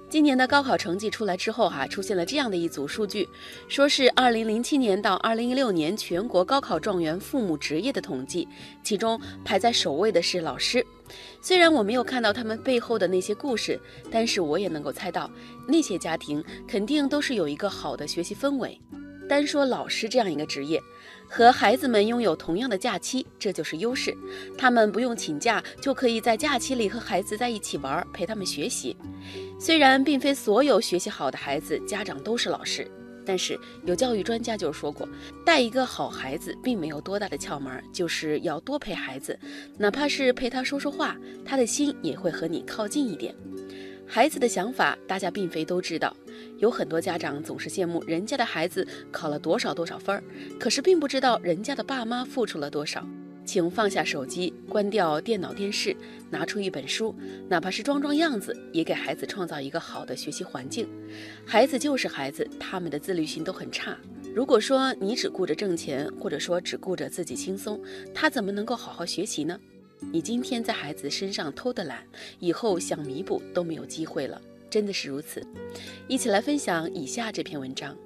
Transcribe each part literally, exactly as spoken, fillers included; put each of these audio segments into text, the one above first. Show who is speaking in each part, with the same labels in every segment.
Speaker 1: 今年的高考成绩出来之后哈、啊，出现了这样的一组数据，说是二零零七年到二零一六年全国高考状元父母职业的统计，其中排在首位的是老师。虽然我没有看到他们背后的那些故事，但是我也能够猜到，那些家庭肯定都是有一个好的学习氛围。单说老师这样一个职业，和孩子们拥有同样的假期，这就是优势。他们不用请假，就可以在假期里和孩子在一起玩，陪他们学习。虽然并非所有学习好的孩子家长都是老师，但是有教育专家就说过，带一个好孩子并没有多大的窍门，就是要多陪孩子，哪怕是陪他说说话，他的心也会和你靠近一点。孩子的想法大家并非都知道，有很多家长总是羡慕人家的孩子考了多少多少分，可是并不知道人家的爸妈付出了多少。请放下手机，关掉电脑电视，拿出一本书，哪怕是装装样子，也给孩子创造一个好的学习环境。孩子就是孩子，他们的自律性都很差。如果说你只顾着挣钱，或者说只顾着自己轻松，他怎么能够好好学习呢？你今天在孩子身上偷的懒，以后想弥补都没有机会了，真的是如此。一起来分享以下这篇文章。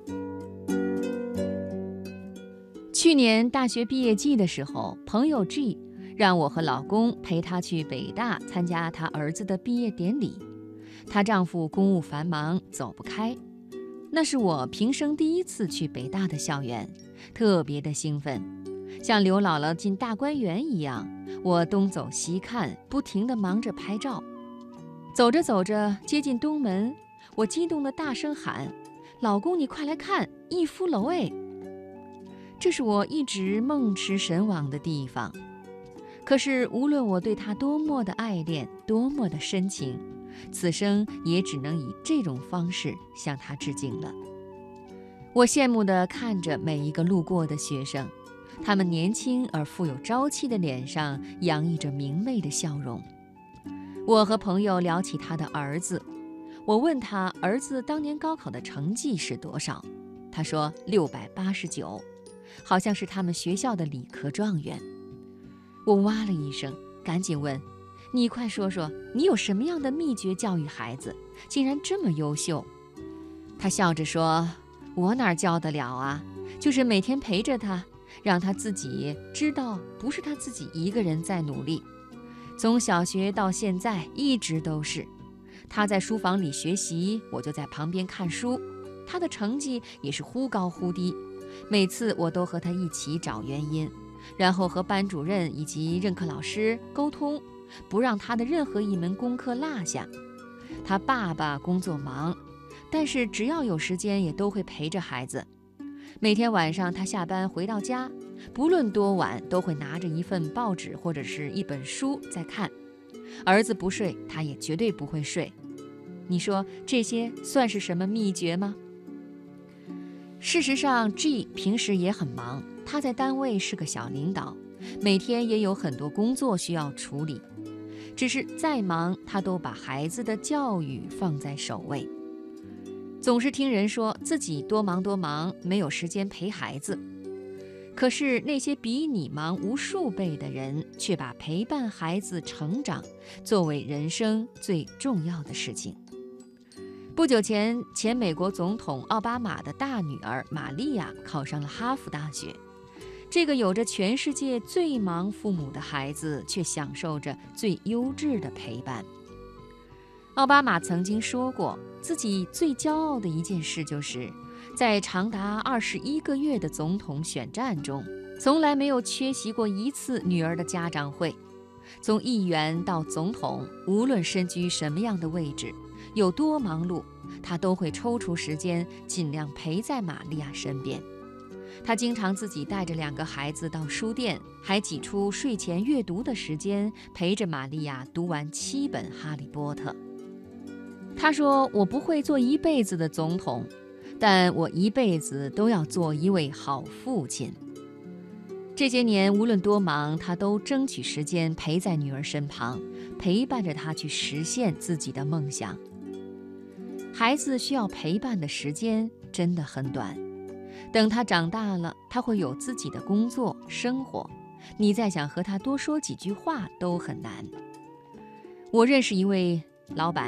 Speaker 2: 去年大学毕业季的时候，朋友 G 让我和老公陪她去北大参加她儿子的毕业典礼。她丈夫公务繁忙，走不开。那是我平生第一次去北大的校园，特别的兴奋，像刘姥姥进大观园一样，我东走西看，不停地忙着拍照。走着走着，接近东门，我激动地大声喊：“老公，你快来看，逸夫楼哎！”这是我一直梦驰神往的地方。可是无论我对他多么的爱恋，多么的深情，此生也只能以这种方式向他致敬了。我羡慕地看着每一个路过的学生，他们年轻而富有朝气的脸上洋溢着明媚的笑容。我和朋友聊起他的儿子，我问他儿子当年高考的成绩是多少，他说六百八十九，好像是他们学校的理科状元。我哇了一声，赶紧问：“你快说说，你有什么样的秘诀教育孩子，竟然这么优秀？”他笑着说：“我哪教得了啊？就是每天陪着他，让他自己知道不是他自己一个人在努力。从小学到现在一直都是，他在书房里学习，我就在旁边看书，他的成绩也是忽高忽低。每次我都和他一起找原因，然后和班主任以及任课老师沟通，不让他的任何一门功课落下。他爸爸工作忙，但是只要有时间也都会陪着孩子。每天晚上他下班回到家，不论多晚，都会拿着一份报纸或者是一本书在看。儿子不睡，他也绝对不会睡。你说这些算是什么秘诀吗？事实上 G 平时也很忙，他在单位是个小领导，每天也有很多工作需要处理。只是再忙，他都把孩子的教育放在首位。总是听人说自己多忙多忙，没有时间陪孩子。可是那些比你忙无数倍的人，却把陪伴孩子成长作为人生最重要的事情。不久前，前美国总统奥巴马的大女儿玛利亚考上了哈佛大学。这个有着全世界最忙父母的孩子，却享受着最优质的陪伴。奥巴马曾经说过，自己最骄傲的一件事就是在长达二十一个月的总统选战中，从来没有缺席过一次女儿的家长会。从议员到总统，无论身居什么样的位置，有多忙碌，他都会抽出时间，尽量陪在玛利亚身边。他经常自己带着两个孩子到书店，还挤出睡前阅读的时间，陪着玛利亚读完七本《哈利波特》。他说：“我不会做一辈子的总统，但我一辈子都要做一位好父亲。”这些年无论多忙，他都争取时间陪在女儿身旁，陪伴着她去实现自己的梦想。孩子需要陪伴的时间真的很短，等他长大了，他会有自己的工作生活，你再想和他多说几句话都很难。我认识一位老板，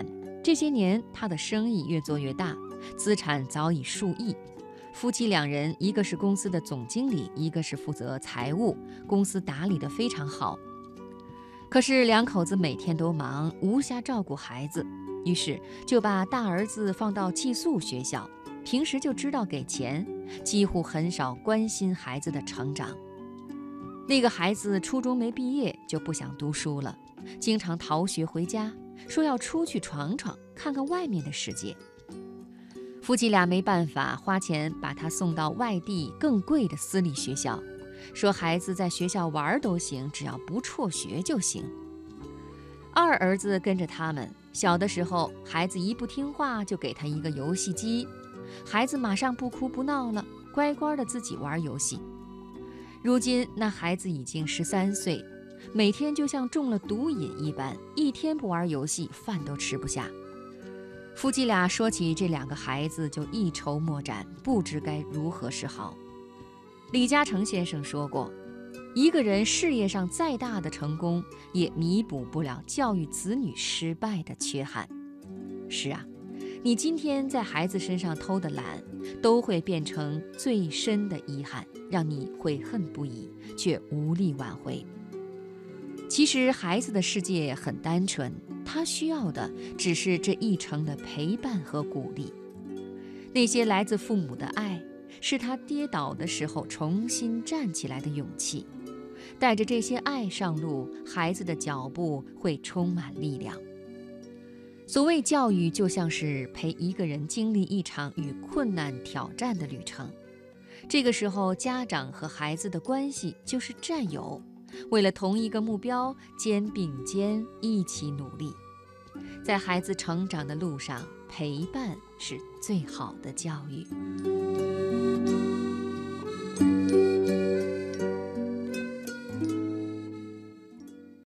Speaker 2: 这些年，他的生意越做越大，资产早已数亿。夫妻两人，一个是公司的总经理，一个是负责财务，公司打理得非常好。可是两口子每天都忙，无暇照顾孩子，于是就把大儿子放到寄宿学校，平时就知道给钱，几乎很少关心孩子的成长。那个孩子初中没毕业就不想读书了，经常逃学回家，说要出去闯闯，看看外面的世界。夫妻俩没办法，花钱把他送到外地更贵的私立学校，说孩子在学校玩都行，只要不辍学就行。二儿子跟着他们，小的时候孩子一不听话就给他一个游戏机，孩子马上不哭不闹了，乖乖的自己玩游戏。如今那孩子已经十三岁，每天就像中了毒瘾一般，一天不玩游戏，饭都吃不下。夫妻俩说起这两个孩子就一筹莫展，不知该如何是好。李嘉诚先生说过，一个人事业上再大的成功，也弥补不了教育子女失败的缺憾。是啊，你今天在孩子身上偷的懒，都会变成最深的遗憾，让你悔恨不已，却无力挽回。其实孩子的世界很单纯，他需要的只是这一程的陪伴和鼓励。那些来自父母的爱，是他跌倒的时候重新站起来的勇气。带着这些爱上路，孩子的脚步会充满力量。所谓教育，就像是陪一个人经历一场与困难挑战的旅程。这个时候，家长和孩子的关系就是战友，为了同一个目标，肩并肩一起努力。在孩子成长的路上，陪伴是最好的教育。